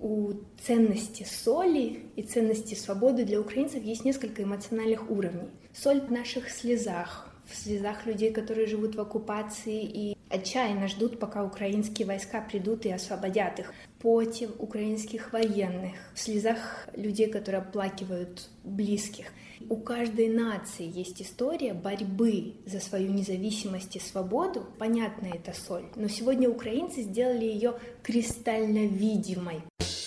у ценности соли и ценности свободы для украинцев есть несколько эмоциональных уровней. Соль в наших слезах, в слезах людей, которые живут в оккупации и отчаянно ждут, пока украинские войска придут и освободят их. В поте украинских военных, в слезах людей, которые оплакивают близких. У каждой нации есть история борьбы за свою независимость и свободу. Понятно, это соль. Но сегодня украинцы сделали ее кристально видимой.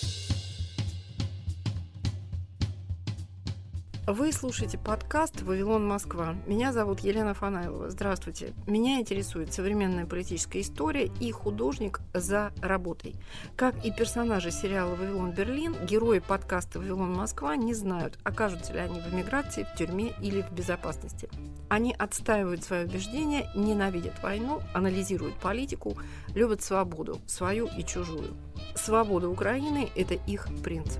Вы слушаете подкаст «Вавилон, Москва». Меня зовут Елена Фанайлова. Здравствуйте. Меня интересует современная политическая история и художник за работой. Как и персонажи сериала «Вавилон, Берлин», герои подкаста «Вавилон, Москва» не знают, окажутся ли они в эмиграции, в тюрьме или в безопасности. Они отстаивают свои убеждения, ненавидят войну, анализируют политику, любят свободу, свою и чужую. Свобода Украины – это их принцип.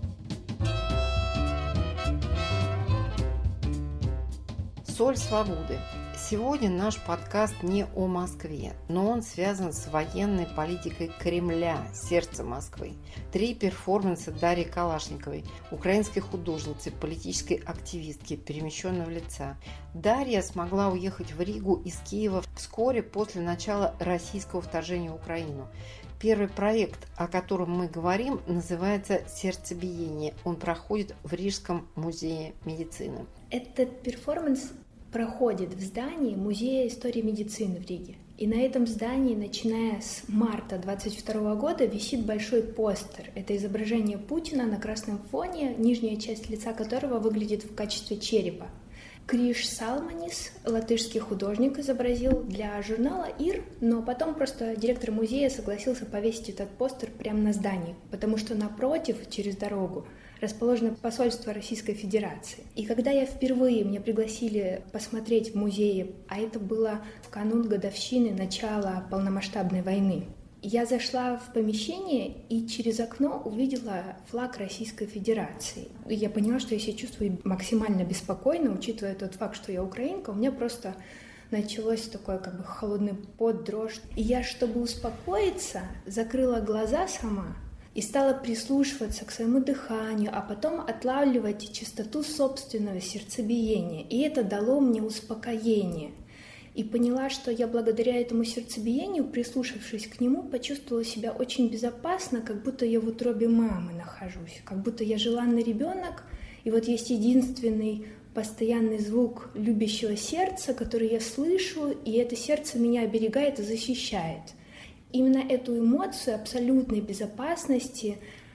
Соль свободы. Сегодня наш подкаст не о Москве, но он связан с военной политикой Кремля, сердца Москвы. 3 перформанса Дарьи Калашниковой, украинской художницы, политической активистки, перемещенного лица. Дарья смогла уехать в Ригу из Киева вскоре после начала российского вторжения в Украину. Первый проект, о котором мы говорим, называется «Сердцебиение». Он проходит в Рижском музее медицины. Этот перформанс проходит в здании Музея истории медицины в Риге. И на этом здании, начиная с марта 2022 года, висит большой постер. Это изображение Путина на красном фоне, нижняя часть лица которого выглядит в качестве черепа. Криш Салманис, латышский художник, изобразил для журнала «Ир», но потом просто директор музея согласился повесить этот постер прямо на здании, потому что напротив, через дорогу, расположено посольство Российской Федерации. И когда меня пригласили посмотреть в музее, а это было в канун годовщины начала полномасштабной войны, я зашла в помещение и через окно увидела флаг Российской Федерации. И я поняла, что я себя чувствую максимально беспокойно, учитывая тот факт, что я украинка. У меня просто началось такой холодный пот, дрожь. И я, чтобы успокоиться, закрыла глаза сама и стала прислушиваться к своему дыханию, а потом отлавливать частоту собственного сердцебиения. И это дало мне успокоение. И поняла, что я благодаря этому сердцебиению, прислушавшись к нему, почувствовала себя очень безопасно, как будто я в утробе мамы нахожусь, как будто я желанный ребенок, и вот есть единственный постоянный звук любящего сердца, который я слышу, и это сердце меня оберегает и защищает. Именно эту эмоцию абсолютной безопасности,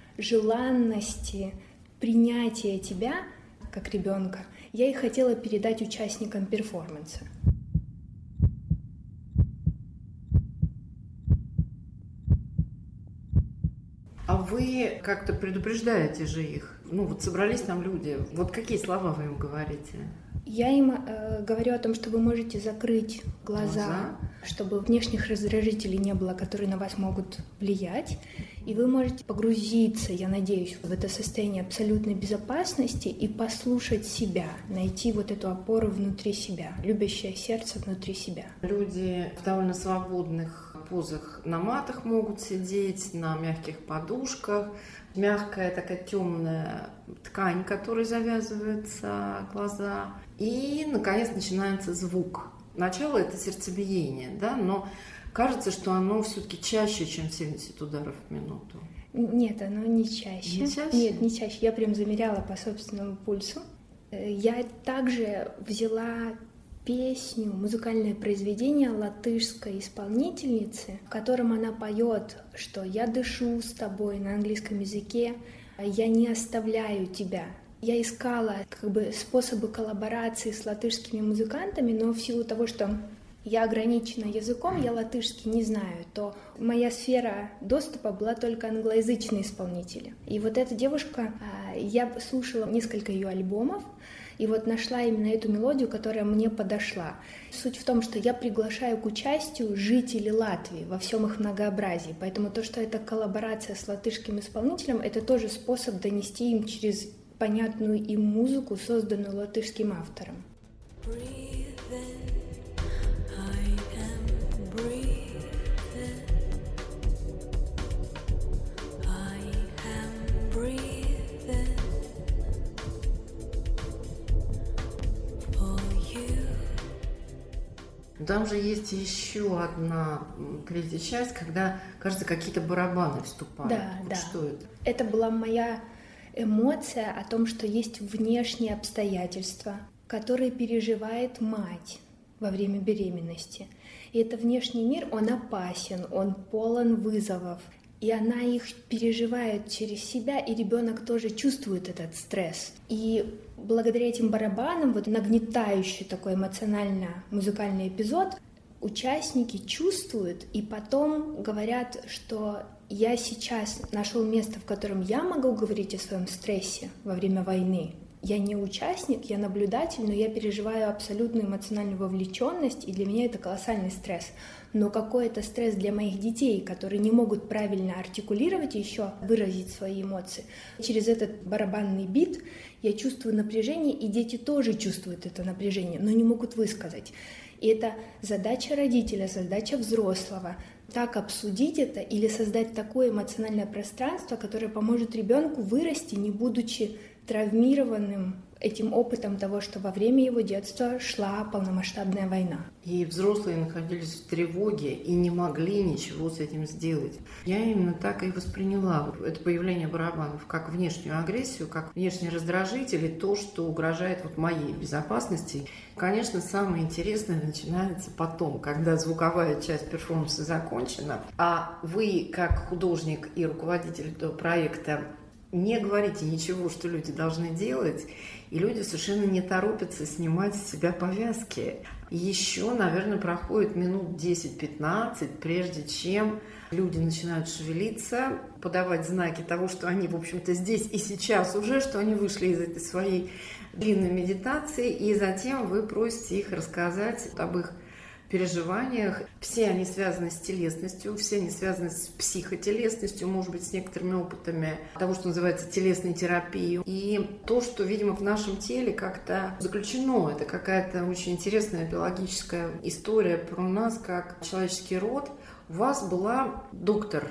желанности, принятия тебя как ребенка я и хотела передать участникам перформанса. А вы как-то предупреждаете же их? Собрались там люди. Какие слова вы им говорите? Я им говорю о том, что вы можете закрыть глаза, чтобы внешних раздражителей не было, которые на вас могут влиять. И вы можете погрузиться, я надеюсь, в это состояние абсолютной безопасности и послушать себя, найти эту опору внутри себя, любящее сердце внутри себя. Люди в довольно свободных позах на матах могут сидеть, на мягких подушках. Мягкая такая темная ткань, которой завязываются глаза. И, наконец, начинается звук. Начало – это сердцебиение, но кажется, что оно все-таки чаще, чем 70 ударов в минуту. Нет, оно не чаще. Не чаще? Нет, не чаще. Я прям замеряла по собственному пульсу. Я также взяла песню, музыкальное произведение латышской исполнительницы, в котором она поет, что «я дышу с тобой» на английском языке, «я не оставляю тебя». Я искала способы коллаборации с латышскими музыкантами, но в силу того, что я ограничена языком, я латышский не знаю, то моя сфера доступа была только англоязычные исполнители. И эта девушка, я слушала несколько ее альбомов, и нашла именно эту мелодию, которая мне подошла. Суть в том, что я приглашаю к участию жителей Латвии во всем их многообразии. Поэтому то, что это коллаборация с латышским исполнителем, это тоже способ донести им через понятную им музыку, созданную латышским автором. Там же есть еще одна третья часть, когда, кажется, какие-то барабаны вступают. Да, вот да. Что это? Это была моя эмоция о том, что есть внешние обстоятельства, которые переживает мать во время беременности. И этот внешний мир, он опасен, он полон вызовов. И она их переживает через себя, и ребенок тоже чувствует этот стресс. И благодаря этим барабанам, вот нагнетающий такой эмоционально-музыкальный эпизод, участники чувствуют и потом говорят, что я сейчас нашел место, в котором я могу говорить о своем стрессе во время войны. Я не участник, я наблюдатель, но я переживаю абсолютную эмоциональную вовлеченность, и для меня это колоссальный стресс. Но какой это стресс для моих детей, которые не могут правильно артикулировать и еще выразить свои эмоции. Через этот барабанный бит я чувствую напряжение, и дети тоже чувствуют это напряжение, но не могут высказать. И это задача родителя, задача взрослого. Так обсудить это или создать такое эмоциональное пространство, которое поможет ребенку вырасти, не будучи травмированным этим опытом того, что во время его детства шла полномасштабная война. И взрослые находились в тревоге и не могли ничего с этим сделать. Я именно так и восприняла это появление барабанов как внешнюю агрессию, как внешний раздражитель и то, что угрожает моей безопасности. Конечно, самое интересное начинается потом, когда звуковая часть перформанса закончена, а вы, как художник и руководитель этого проекта, не говорите ничего, что люди должны делать, и люди совершенно не торопятся снимать с себя повязки. Еще, наверное, проходит минут 10-15, прежде чем люди начинают шевелиться, подавать знаки того, что они, в общем-то, здесь и сейчас уже, что они вышли из этой своей длинной медитации, и затем вы просите их рассказать об их переживаниях. Все они связаны с телесностью, все они связаны с психотелесностью, может быть, с некоторыми опытами того, что называется телесной терапией. И то, что, видимо, в нашем теле как-то заключено, это какая-то очень интересная биологическая история про нас, как человеческий род. У вас была доктор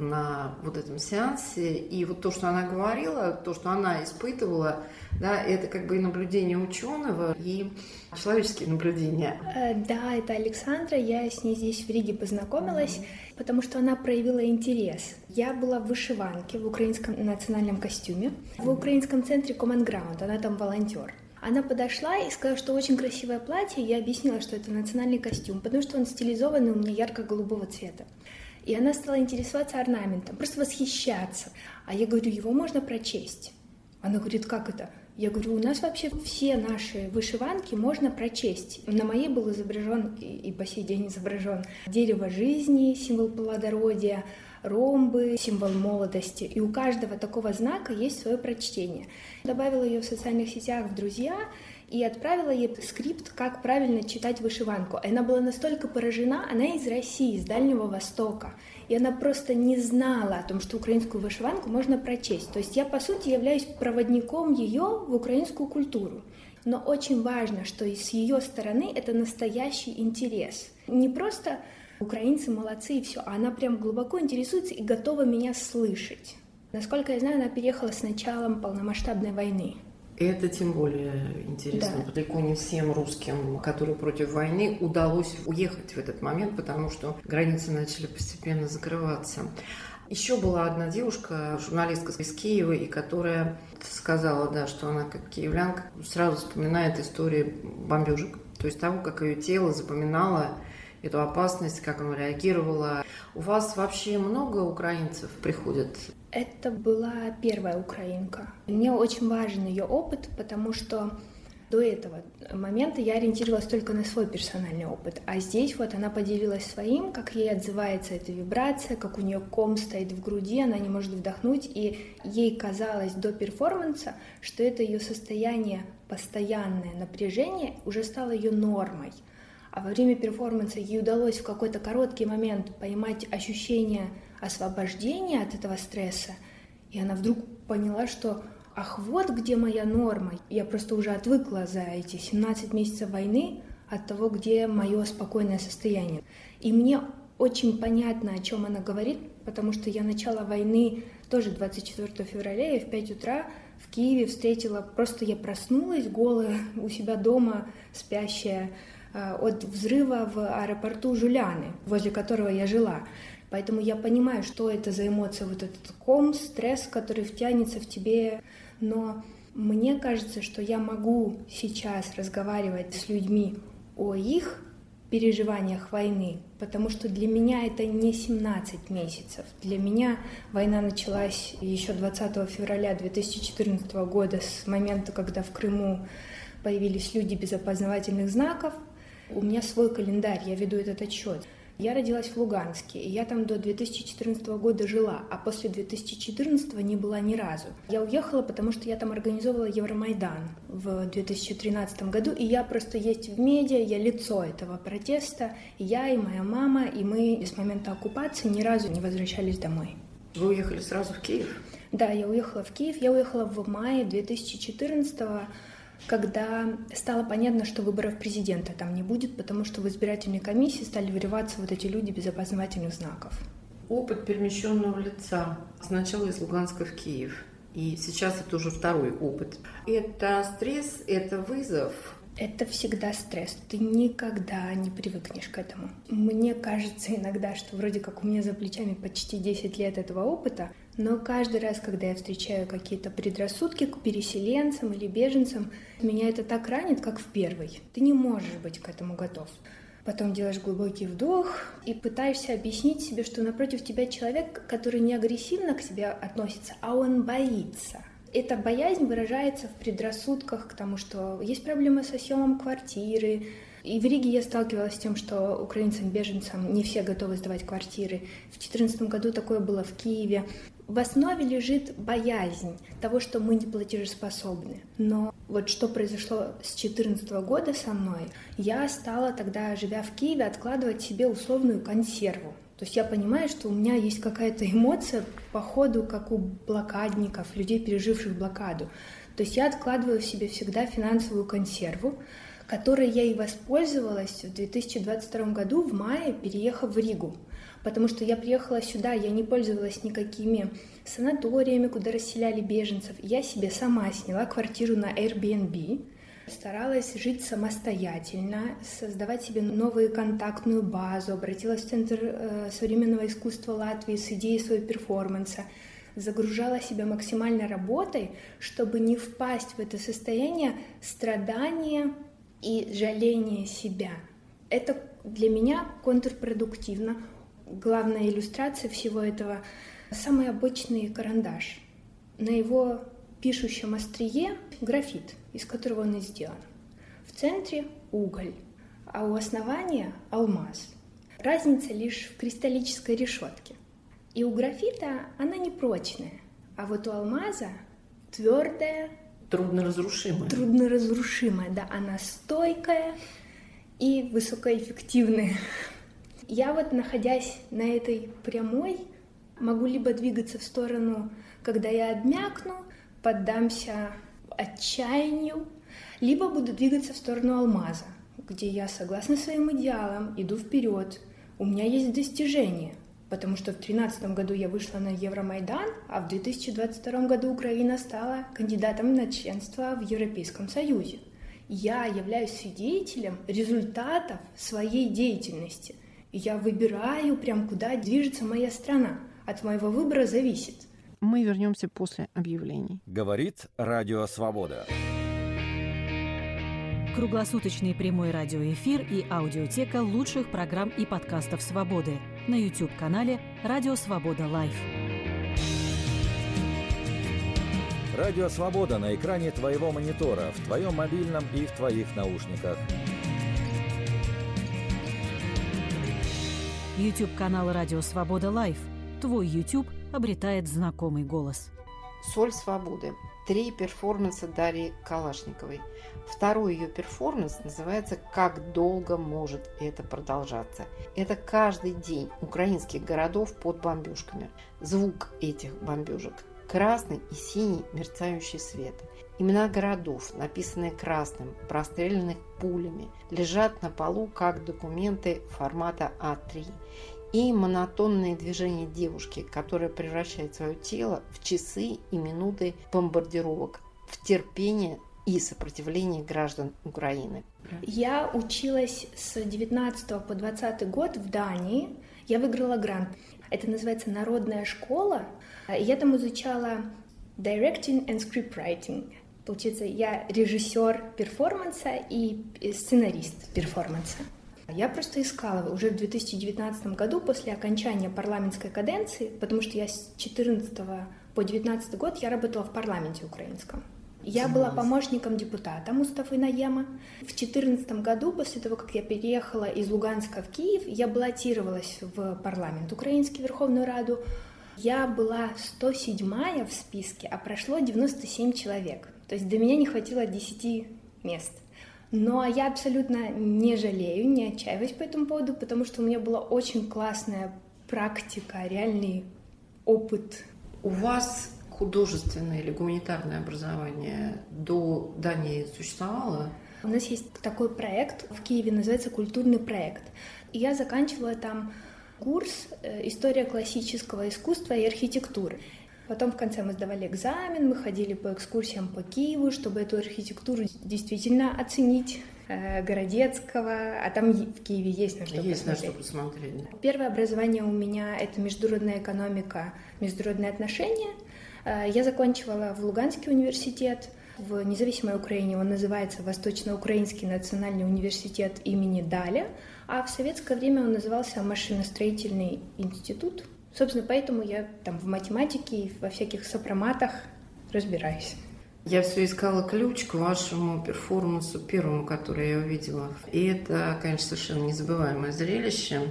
на вот этом сеансе, и вот то, что она говорила, то, что она испытывала, да, это как бы и наблюдение ученого, и человеческие наблюдения. Да, это Александра, я с ней здесь в Риге познакомилась, потому что она проявила интерес. Я была в вышиванке в украинском национальном костюме, в украинском центре Common Ground, она там волонтер. Она подошла и сказала, что очень красивое платье, я объяснила, что это национальный костюм, потому что он стилизованный у меня ярко-голубого цвета. И она стала интересоваться орнаментом, просто восхищаться. А я говорю, его можно прочесть. Она говорит, как это? Я говорю, у нас вообще все наши вышиванки можно прочесть. На моей был изображен, и по сей день изображен, дерево жизни, символ плодородия, ромбы, символ молодости. И у каждого такого знака есть свое прочтение. Добавила ее в социальных сетях в друзья и отправила ей скрипт, как правильно читать вышиванку. И она была настолько поражена, она из России, из Дальнего Востока. И она просто не знала о том, что украинскую вышиванку можно прочесть. То есть я, по сути, являюсь проводником ее в украинскую культуру. Но очень важно, что с ее стороны это настоящий интерес. Не просто украинцы молодцы и все, а она прям глубоко интересуется и готова меня слышать. Насколько я знаю, она переехала с началом полномасштабной войны. Это тем более интересно. Да. Далеко не всем русским, которые против войны, удалось уехать в этот момент, потому что границы начали постепенно закрываться. Еще была одна девушка, журналистка из Киева, и которая сказала, да, что она, как киевлянка, сразу вспоминает истории бомбежек. То есть того, как ее тело запоминало эту опасность, как оно реагировало. У вас вообще много украинцев приходят? Это была первая украинка. Мне очень важен ее опыт, потому что до этого момента я ориентировалась только на свой персональный опыт. А здесь вот она поделилась своим, как ей отзывается эта вибрация, как у нее ком стоит в груди, она не может вдохнуть. И ей казалось до перформанса, что это ее состояние, постоянное напряжение уже стало ее нормой. А во время перформанса ей удалось в какой-то короткий момент поймать ощущение освобождения от этого стресса, и она вдруг поняла, что ах, вот где моя норма. Я просто уже отвыкла за эти 17 месяцев войны от того, где мое спокойное состояние. И мне очень понятно, о чем она говорит, потому что я начало войны тоже 24 февраля, и в 5 утра в Киеве встретила, просто я проснулась голая у себя дома, спящая от взрыва в аэропорту Жуляны, возле которого я жила. Поэтому я понимаю, что это за эмоция, вот этот ком, стресс, который втянется в тебе. Но мне кажется, что я могу сейчас разговаривать с людьми о их переживаниях войны, потому что для меня это не 17 месяцев. Для меня война началась еще 20 февраля 2014 года, с момента, когда в Крыму появились люди без опознавательных знаков. У меня свой календарь, я веду этот отчет. Я родилась в Луганске, и я там до 2014 года жила, а после 2014 не была ни разу. Я уехала, потому что я там организовывала Евромайдан в 2013 году, и я просто есть в медиа, я лицо этого протеста, и я, и моя мама, и мы с момента оккупации ни разу не возвращались домой. Вы уехали сразу в Киев? Да, я уехала в Киев, я уехала в мае 2014 года, когда стало понятно, что выборов президента там не будет, потому что в избирательной комиссии стали вырываться вот эти люди без опознавательных знаков. Опыт перемещенного лица сначала из Луганска в Киев, и сейчас это уже второй опыт. Это стресс, это вызов. Это всегда стресс, ты никогда не привыкнешь к этому. Мне кажется иногда, что вроде как у меня за плечами почти 10 лет этого опыта, но каждый раз, когда я встречаю какие-то предрассудки к переселенцам или беженцам, меня это так ранит, как в первый. Ты не можешь быть к этому готов. Потом делаешь глубокий вдох и пытаешься объяснить себе, что напротив тебя человек, который не агрессивно к тебе относится, а он боится. Эта боязнь выражается в предрассудках к тому, что есть проблемы со съемом квартиры. И в Риге я сталкивалась с тем, что украинцам-беженцам не все готовы сдавать квартиры. В 2014 году такое было в Киеве. В основе лежит боязнь того, что мы не платежеспособны. Но вот что произошло с 2014 года со мной, я стала тогда, живя в Киеве, откладывать себе условную консерву. То есть я понимаю, что у меня есть какая-то эмоция по ходу, как у блокадников, людей, переживших блокаду. То есть я откладываю в себе всегда финансовую консерву, которой я и воспользовалась в 2022 году, в мае, переехав в Ригу. Потому что я приехала сюда, я не пользовалась никакими санаториями, куда расселяли беженцев. Я себе сама сняла квартиру на Airbnb, старалась жить самостоятельно, создавать себе новую контактную базу, обратилась в Центр современного искусства Латвии с идеей своего перформанса, загружала себя максимально работой, чтобы не впасть в это состояние страдания и жаления себя. Это для меня контрпродуктивно. Главная иллюстрация всего этого — самый обычный карандаш. На его пишущем острие графит, из которого он и сделан. В центре уголь, а у основания алмаз. Разница лишь в кристаллической решетке. И у графита она непрочная, а вот у алмаза твердая, трудноразрушимая, да, она стойкая и высокоэффективная. Я вот, находясь на этой прямой, могу либо двигаться в сторону, когда я обмякну, поддамся отчаянию, либо буду двигаться в сторону алмаза, где я, согласно своим идеалам, иду вперед. У меня есть достижения, потому что в 2013 году я вышла на Евромайдан, а в 2022 году Украина стала кандидатом на членство в Европейском Союзе. Я являюсь свидетелем результатов своей деятельности. И я выбираю, прям куда движется моя страна. От моего выбора зависит. Мы вернемся после объявлений. Говорит Радио Свобода. Круглосуточный прямой радиоэфир и аудиотека лучших программ и подкастов «Свободы» на YouTube-канале «Радио Свобода Лайв». Радио Свобода на экране твоего монитора, в твоем мобильном и в твоих наушниках. YouTube-канал «Радио Свобода Лайв». Твой YouTube обретает знакомый голос. «Соль свободы». 3 перформанса Дарьи Калашниковой. Второй ее перформанс называется «Как долго может это продолжаться?». Это каждый день украинских городов под бомбежками. Звук этих бомбежек. Красный и синий мерцающий свет. Имена городов, написанные красным, простреленных пулями, лежат на полу как документы формата А3. И монотонные движения девушки, которая превращает свое тело в часы и минуты бомбардировок, в терпение и сопротивление граждан Украины. Я училась с 19 по 20 год в Дании. Я выиграла грант. Это называется «Народная школа». Я там изучала directing and scriptwriting. Получается, я режиссер перформанса и сценарист перформанса. Я просто искала уже в 2019 году, после окончания парламентской каденции, потому что я с 14 по 19 год я работала в парламенте украинском. Я была помощником депутата Мустафы Наема. В 2014 году, после того, как я переехала из Луганска в Киев, я баллотировалась в парламент украинский, Верховную Раду. Я была 107-я в списке, а прошло 97 человек. То есть до меня не хватило 10 мест. Но я абсолютно не жалею, не отчаиваюсь по этому поводу, потому что у меня была очень классная практика, реальный опыт. У вас художественное или гуманитарное образование до Дании существовало? У нас есть такой проект в Киеве, называется «Культурный проект». И я заканчивала там курс «История классического искусства и архитектуры». Потом в конце мы сдавали экзамен, мы ходили по экскурсиям по Киеву, чтобы эту архитектуру действительно оценить, Городецкого, а там в Киеве есть на что посмотреть. Есть на что посмотреть. Первое образование у меня — это международная экономика, международные отношения. Я закончила в Луганский университет, в независимой Украине он называется Восточно-Украинский национальный университет имени Даля, а в советское время он назывался Машиностроительный институт. Собственно, поэтому я там в математике и во всяких сопроматах разбираюсь. Я все искала ключ к вашему перформансу, первому, который я увидела. И это, конечно, совершенно незабываемое зрелище,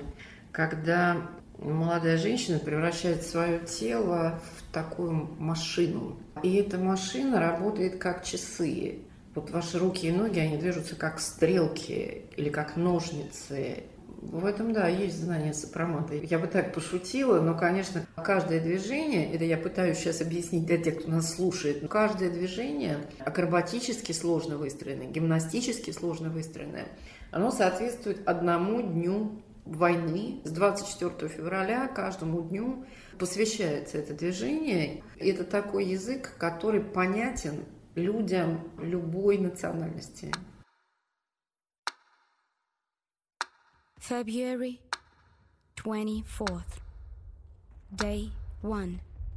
когда молодая женщина превращает свое тело в такую машину. И эта машина работает как часы. Вот ваши руки и ноги, они движутся как стрелки или как ножницы. В этом, да, есть знание сопромата. Я бы так пошутила, но, конечно, каждое движение, это я пытаюсь сейчас объяснить для тех, кто нас слушает, каждое движение акробатически сложно выстроенное, гимнастически сложно выстроенное, оно соответствует одному дню войны. С 24 февраля каждому дню посвящается это движение. Это такой язык, который понятен людям любой национальности. February 24th, Day 1.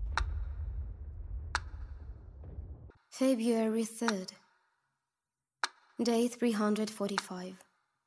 February 3rd, Day 345.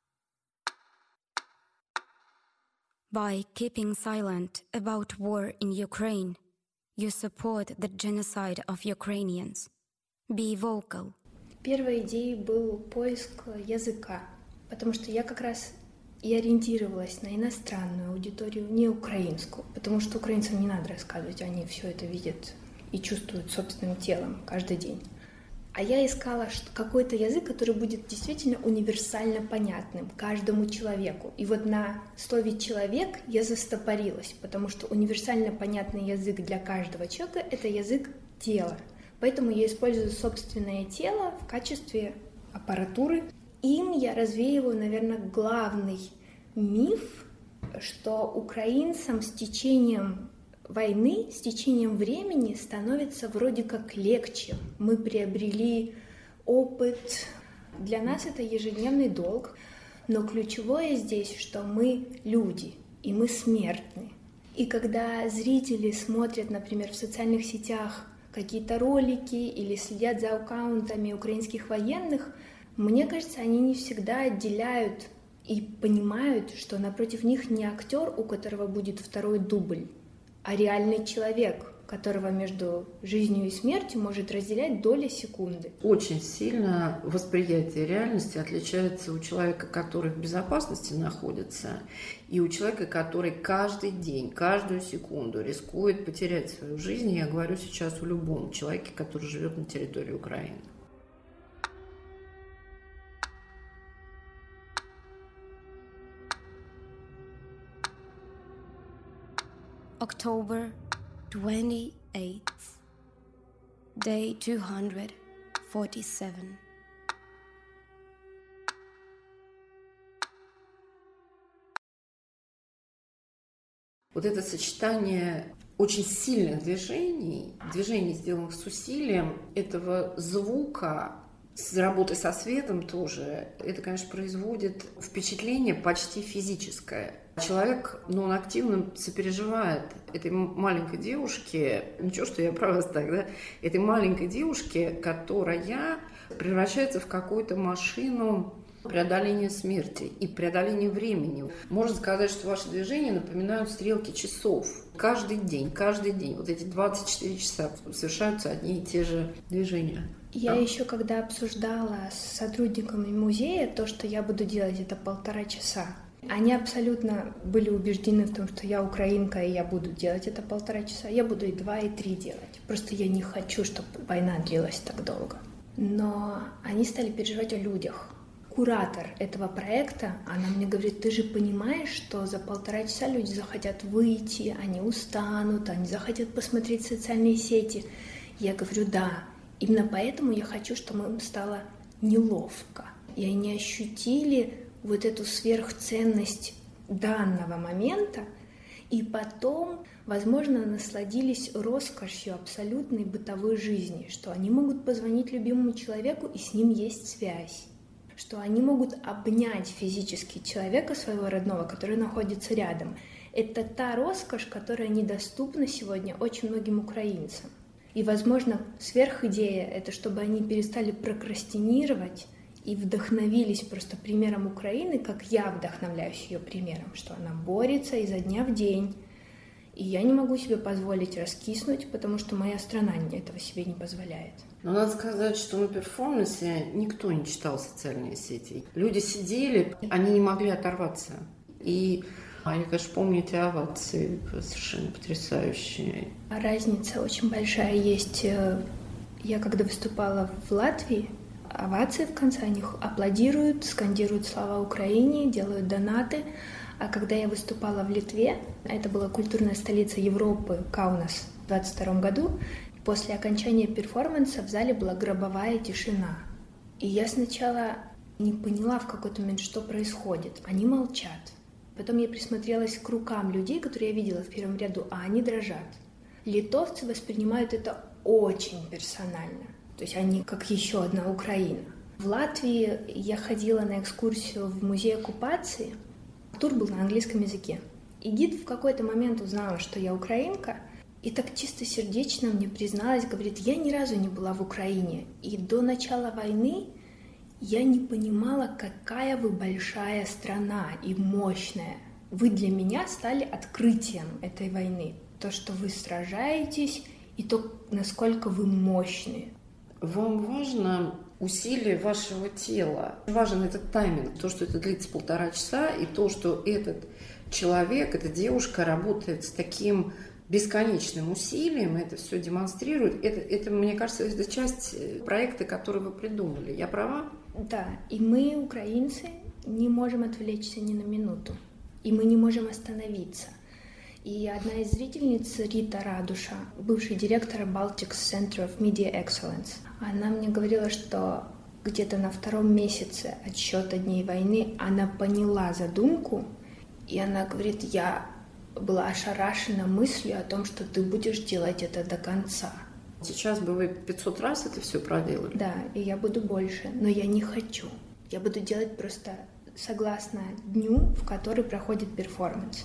By keeping silent about war in Ukraine, you support the genocide of Ukrainians. Be vocal. Первой идеей был поиск языка, потому что я как раз и ориентировалась на иностранную аудиторию, не украинскую, потому что украинцам не надо рассказывать, они все это видят и чувствуют собственным телом каждый день. А я искала какой-то язык, который будет действительно универсально понятным каждому человеку. И вот на слове «человек» я застопорилась, потому что универсально понятный язык для каждого человека — это язык тела. Поэтому я использую собственное тело в качестве аппаратуры. Им я развеиваю, наверное, главный миф, что украинцам с течением войны, с течением времени становится вроде как легче. Мы приобрели опыт. Для нас это ежедневный долг. Но ключевое здесь, что мы люди, и мы смертны. И когда зрители смотрят, например, в социальных сетях какие-то ролики или следят за аккаунтами украинских военных, мне кажется, они не всегда отделяют и понимают, что напротив них не актер, у которого будет второй дубль, а реальный человек, которого между жизнью и смертью может разделять доля секунды. Очень сильно восприятие реальности отличается у человека, который в безопасности находится, и у человека, который каждый день, каждую секунду рискует потерять свою жизнь. Я говорю сейчас о любом человеке, который живет на территории Украины. October 28th, Day 247. Вот это сочетание очень сильных движений, сделанных с усилием, этого звука с работой со светом тоже, это, конечно, производит впечатление почти физическое. Человек, он активно сопереживает этой маленькой девушке, ничего, что я про вас так, да, этой маленькой девушке, которая превращается в какую-то машину преодоления смерти и преодоления времени. Можно сказать, что ваши движения напоминают стрелки часов. Каждый день, вот эти 24 часа совершаются одни и те же движения. Я еще когда обсуждала с сотрудниками музея то, что я буду делать это 1,5 часа, они абсолютно были убеждены в том, что я украинка, и я буду делать это 1,5 часа. Я буду и 2, и 3 делать. Просто я не хочу, чтобы война длилась так долго. Но они стали переживать о людях. Куратор этого проекта, она мне говорит: ты же понимаешь, что за 1,5 часа люди захотят выйти, они устанут, они захотят посмотреть социальные сети. Я говорю: да. Именно поэтому я хочу, чтобы им стало неловко. И они ощутили вот эту сверхценность данного момента, и потом, возможно, насладились роскошью абсолютной бытовой жизни, что они могут позвонить любимому человеку, и с ним есть связь, что они могут обнять физически человека своего родного, который находится рядом. Это та роскошь, которая недоступна сегодня очень многим украинцам. И, возможно, сверхидея — это чтобы они перестали прокрастинировать и вдохновились просто примером Украины, как я вдохновляюсь ее примером, что она борется изо дня в день. И я не могу себе позволить раскиснуть, потому что моя страна этого себе не позволяет. Но надо сказать, что на перформансе никто не читал социальные сети. Люди сидели, они не могли оторваться. И они, конечно, помните овации совершенно потрясающие. Разница очень большая есть. Я когда выступала в Латвии, овации в конце, они аплодируют, скандируют слава Украине, делают донаты. А когда я выступала в Литве, это была культурная столица Европы, Каунас, в 2022 году, после окончания перформанса в зале была гробовая тишина. И я сначала не поняла в какой-то момент, что происходит. Они молчат. Потом я присмотрелась к рукам людей, которые я видела в первом ряду, а они дрожат. Литовцы воспринимают это очень персонально. То есть они как еще одна Украина. В Латвии я ходила на экскурсию в музей оккупации. Тур был на английском языке. И гид в какой-то момент узнала, что я украинка, и так чистосердечно мне призналась, говорит: я ни разу не была в Украине. И до начала войны я не понимала, какая вы большая страна и мощная. Вы для меня стали открытием этой войны. То, что вы сражаетесь, и то, насколько вы мощные. Вам важно усилие вашего тела. Важен этот тайминг, то, что это длится 1,5 часа, и то, что этот человек, эта девушка работает с таким бесконечным усилием, это все демонстрирует. Это, мне кажется, это часть проекта, который вы придумали. Я права? Да, и мы, украинцы, не можем отвлечься ни на минуту. И мы не можем остановиться. И одна из зрительниц, Рита Радуша, бывший директор Baltic Center of Media Excellence, она мне говорила, что где-то на 2-м месяце отсчета дней войны она поняла задумку, и она говорит: я была ошарашена мыслью о том, что ты будешь делать это до конца. Сейчас бы вы 500 раз это все проделали. Да, и я буду больше, но я не хочу. Я буду делать просто согласно дню, в который проходит перформанс.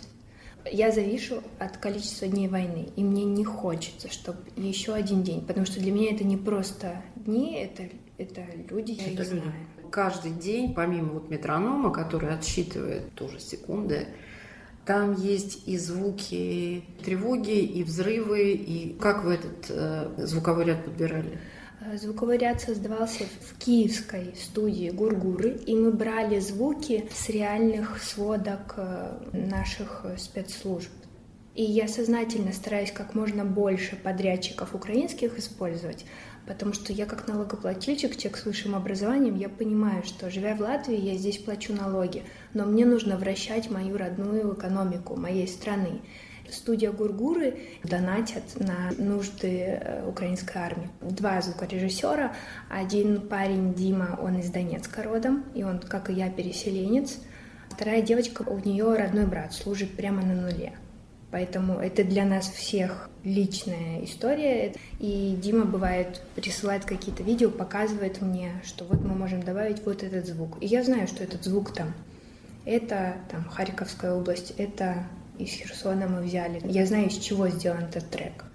Я завишу от количества дней войны, и мне не хочется, чтобы еще один день, потому что для меня это не просто дни, это люди, я их знаю. Каждый день, помимо метронома, который отсчитывает тоже секунды, там есть и звуки тревоги, и взрывы, и как вы этот звуковой ряд подбирали? Звуковой ряд создавался в киевской студии «Гургуры», и мы брали звуки с реальных сводок наших спецслужб. И я сознательно стараюсь как можно больше подрядчиков украинских использовать, потому что я как налогоплательщик, человек с высшим образованием, я понимаю, что, живя в Латвии, я здесь плачу налоги, но мне нужно вращать мою родную экономику моей страны. Студия «Гургуры» донатят на нужды украинской армии. 2 звукорежиссера. Один парень, Дима, он из Донецка родом, и он, как и я, переселенец. Вторая девочка, у нее родной брат служит прямо на нуле. Поэтому это для нас всех личная история. И Дима, бывает, присылает какие-то видео, показывает мне, что вот мы можем добавить вот этот звук. И я знаю, что этот звук там, это там Харьковская область, это из Херсона мы взяли. Я знаю, из чего сделан этот трек.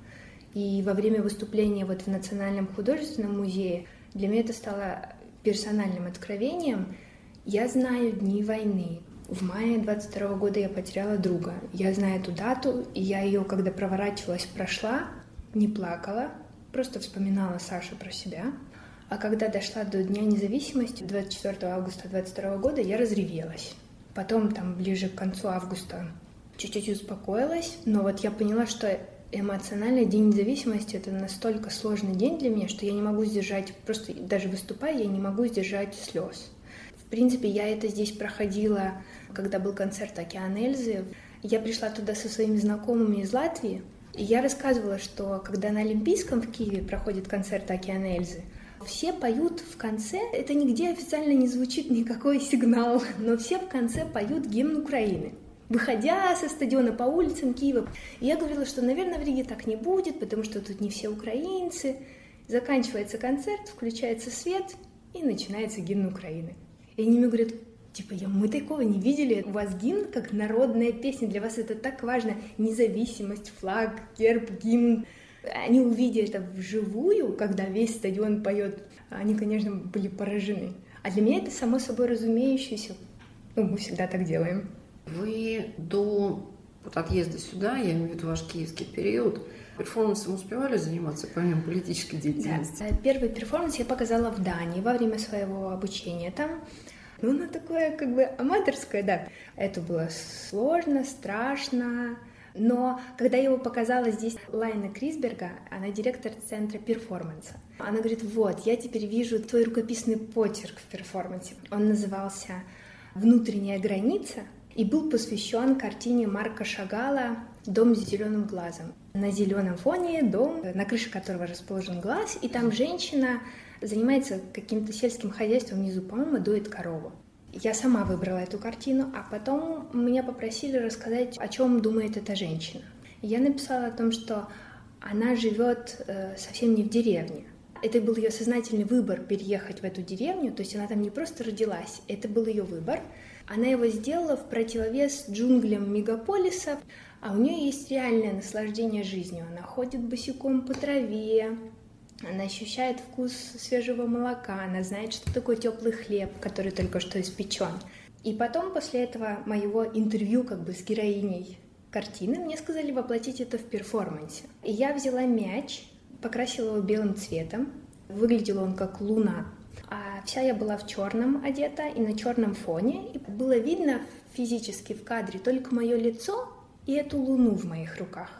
И во время выступления вот в Национальном художественном музее для меня это стало персональным откровением. Я знаю дни войны. В мае 22 года я потеряла друга. Я знаю эту дату, и я ее, когда проворачивалась, прошла, не плакала, просто вспоминала Сашу про себя. А когда дошла до Дня независимости, 24 августа 22 года, я разревелась. Потом, там, ближе к концу августа, чуть-чуть успокоилась, но вот я поняла, что эмоционально День независимости — это настолько сложный день для меня, что я не могу сдержать, просто даже выступая, я не могу сдержать слез. В принципе, я это здесь проходила, когда был концерт «Океан Эльзы». Я пришла туда со своими знакомыми из Латвии, и я рассказывала, что когда на Олимпийском в Киеве проходит концерт «Океан Эльзы», все поют в конце, это нигде официально не звучит никакой сигнал, но все в конце поют гимн Украины, выходя со стадиона по улицам Киева. И я говорила, что, наверное, в Риге так не будет, потому что тут не все украинцы. Заканчивается концерт, включается свет, и начинается гимн Украины. И они мне говорят, типа, мы такого не видели. У вас гимн как народная песня, для вас это так важно. Независимость, флаг, герб, гимн. Они увидели это вживую, когда весь стадион поет. Они, конечно, были поражены. А для меня это само собой разумеющееся. Мы всегда так делаем. Вы до отъезда сюда, я имею в виду ваш киевский период, перформансом успевали заниматься помимо политической деятельности? Да. Первый перформанс я показала в Дании во время своего обучения там. Ну, оно такое как бы аматорское, да. Это было сложно, страшно. Но когда я его показала здесь, Лайна Крисберга, она директор центра перформанса, она говорит, вот, я теперь вижу твой рукописный почерк в перформансе. Он назывался «Внутренняя граница» и был посвящен картине Марка Шагала «Дом с зеленым глазом». На зеленом фоне дом, на крыше которого расположен глаз, и там женщина занимается каким-то сельским хозяйством внизу, по-моему, доит корову. Я сама выбрала эту картину, а потом меня попросили рассказать, о чем думает эта женщина. Я написала о том, что она живет совсем не в деревне. Это был ее сознательный выбор переехать в эту деревню, то есть она там не просто родилась, это был ее выбор. Она его сделала в противовес джунглям мегаполиса, а у нее есть реальное наслаждение жизнью. Она ходит босиком по траве, она ощущает вкус свежего молока, она знает, что такое теплый хлеб, который только что испечен. И потом, после этого моего интервью как бы с героиней картины, мне сказали воплотить это в перформансе. И я взяла мяч, покрасила его белым цветом, выглядел он как луна. А вся я была в черном одета и на черном фоне, и было видно физически в кадре только мое лицо и эту луну в моих руках.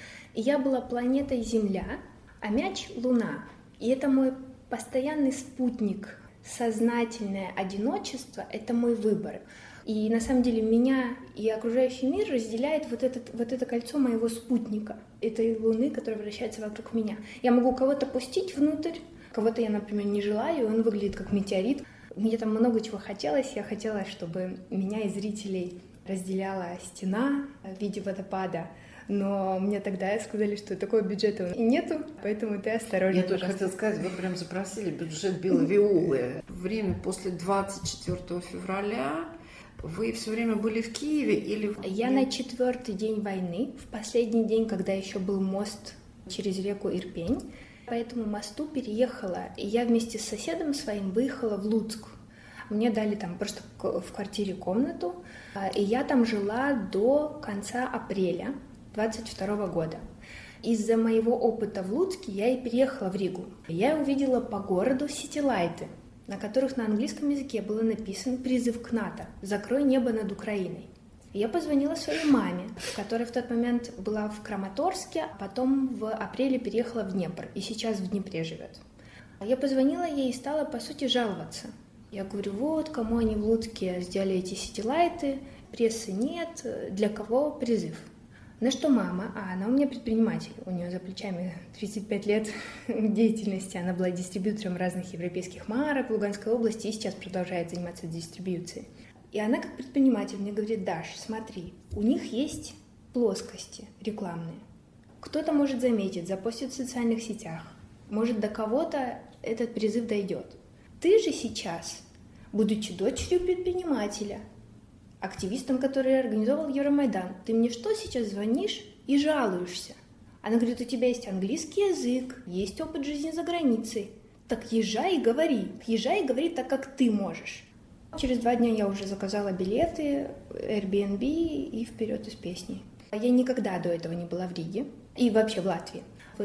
И я была планетой Земля, а мяч — Луна. И это мой постоянный спутник. Сознательное одиночество — это мой выбор. И на самом деле меня и окружающий мир разделяет вот это кольцо моего спутника, этой Луны, которая вращается вокруг меня. Я могу кого-то пустить внутрь, кого-то я, например, не желаю, и он выглядит как метеорит. Мне там много чего хотелось. Я хотела, чтобы меня и зрителей разделяла стена в виде водопада. Но мне тогда сказали, что такого бюджета и нету, поэтому ты осторожна. Я тоже хотела сказать, вы прям запросили бюджет Билла Виолы. Время после 24 февраля вы все время были в Киеве или... Я на 4-й день войны, в последний день, когда еще был мост через реку Ирпень, по этому мосту переехала, и я вместе с соседом своим выехала в Луцк. Мне дали там просто в квартире комнату, и я там жила до конца апреля 22 года. Из-за моего опыта в Луцке я и переехала в Ригу. Я увидела по городу ситилайты, на которых на английском языке было написано призыв к НАТО «Закрой небо над Украиной». И я позвонила своей маме, которая в тот момент была в Краматорске, а потом в апреле переехала в Днепр и сейчас в Днепре живет. Я позвонила ей и стала, по сути, жаловаться. Я говорю, вот, кому они в Луцке сделали эти ситилайты, прессы нет, для кого призыв? На что мама, а она у меня предприниматель, у нее за плечами 35 лет деятельности, она была дистрибьютором разных европейских марок в Луганской области и сейчас продолжает заниматься дистрибьюцией. И она как предприниматель мне говорит, Даш, смотри, у них есть плоскости рекламные. Кто-то может заметить, запостит в социальных сетях. Может, до кого-то этот призыв дойдет. Ты же сейчас, будучи дочерью предпринимателя, активистом, который организовал Евромайдан, ты мне что сейчас звонишь и жалуешься? Она говорит, у тебя есть английский язык, есть опыт жизни за границей. Так езжай и говори так, как ты можешь. Через 2 дня я уже заказала билеты, Airbnb и вперед из песней. Я никогда до этого не была в Риге и вообще в Латвии. В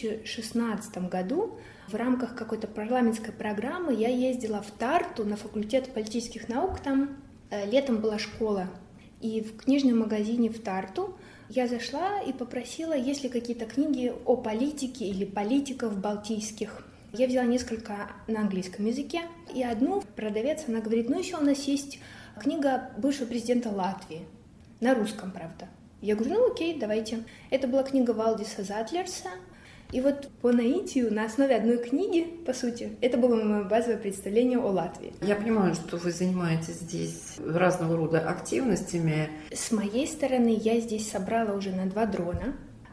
2016 году в рамках какой-то парламентской программы я ездила в Тарту на факультет политических наук. Там летом была школа. И в книжном магазине в Тарту я зашла и попросила, есть ли какие-то книги о политике или политиков балтийских. Я взяла несколько на английском языке, и одну продавец, она говорит, еще у нас есть книга бывшего президента Латвии, на русском, правда. Я говорю, окей, давайте. Это была книга Валдиса Затлерса, и вот по наитию, на основе одной книги, по сути, это было мое базовое представление о Латвии. Я понимаю, что вы занимаетесь здесь разного рода активностями. С моей стороны, я здесь собрала уже на 2 дрона.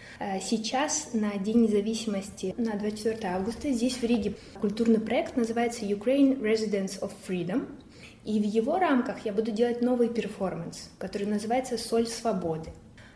Сейчас, на День независимости, на 24 августа, здесь в Риге культурный проект называется Ukraine Residents of Freedom. И в его рамках я буду делать новый перформанс, который называется «Соль свободы».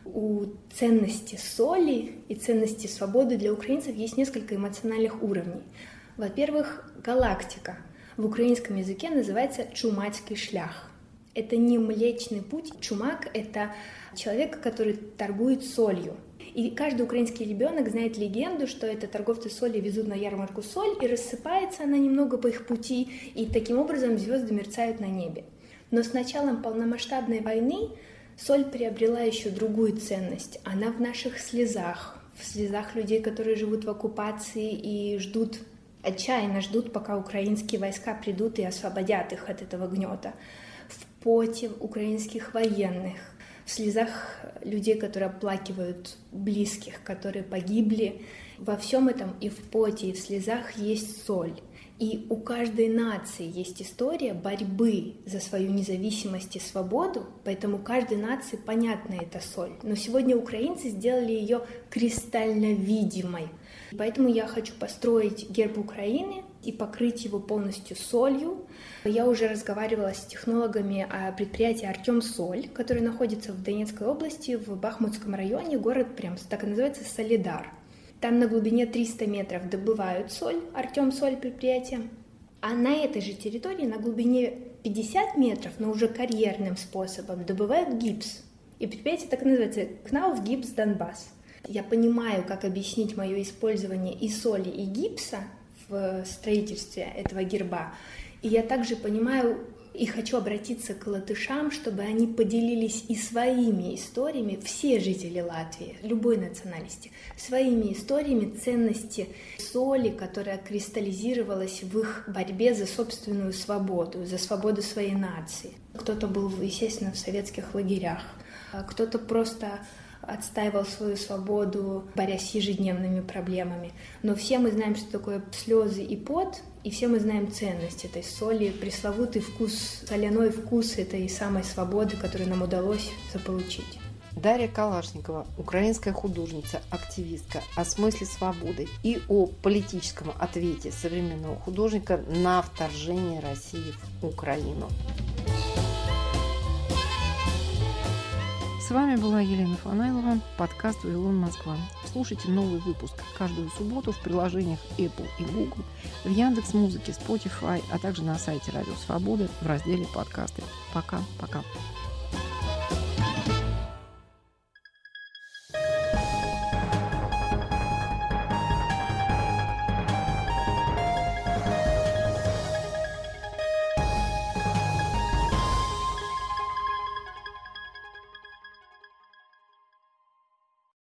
У ценности соли и ценности свободы для украинцев есть несколько эмоциональных уровней. Во-первых, галактика. В украинском языке называется «чумацкий шлях». Это не Млечный путь. Чумак — это человек, который торгует солью. И каждый украинский ребенок знает легенду, что это торговцы соли везут на ярмарку соль, и рассыпается она немного по их пути, и таким образом звезды мерцают на небе. Но с началом полномасштабной войны соль приобрела еще другую ценность. Она в наших слезах, в слезах людей, которые живут в оккупации и отчаянно ждут, пока украинские войска придут и освободят их от этого гнета. В поте украинских военных, в слезах людей, которые оплакивают близких, которые погибли. Во всем этом и в поте, и в слезах есть соль. И у каждой нации есть история борьбы за свою независимость и свободу, поэтому каждой нации понятна эта соль. Но сегодня украинцы сделали ее кристально видимой. Поэтому я хочу построить герб Украины и покрыть его полностью солью. Я уже разговаривала с технологами о предприятии «Артем-Соль», которое находится в Донецкой области, в Бахмутском районе, город прям так и называется Солидар. Там на глубине 300 метров добывают соль, Артем-Соль предприятие. А на этой же территории на глубине 50 метров, но уже карьерным способом, добывают гипс. И предприятие так и называется «Кнауф Гипс Донбасс». Я понимаю, как объяснить мое использование и соли, и гипса в строительстве этого герба. И я также понимаю и хочу обратиться к латышам, чтобы они поделились и своими историями, все жители Латвии, любой национальности, своими историями ценности соли, которая кристаллизировалась в их борьбе за собственную свободу, за свободу своей нации. Кто-то был, естественно, в советских лагерях, кто-то просто отстаивал свою свободу, борясь с ежедневными проблемами. Но все мы знаем, что такое слезы и пот, и все мы знаем ценность этой соли, пресловутый вкус, соляной вкус этой самой свободы, которую нам удалось заполучить. Дарья Калашникова, украинская художница, активистка, о смысле свободы и о политическом ответе современного художника на вторжение России в Украину. С вами была Елена Фанайлова, подкаст «Вавилон Москва». Слушайте новый выпуск каждую субботу в приложениях Apple и Google, в Яндекс.Музыке, Spotify, а также на сайте Радио Свободы в разделе «Подкасты». Пока-пока.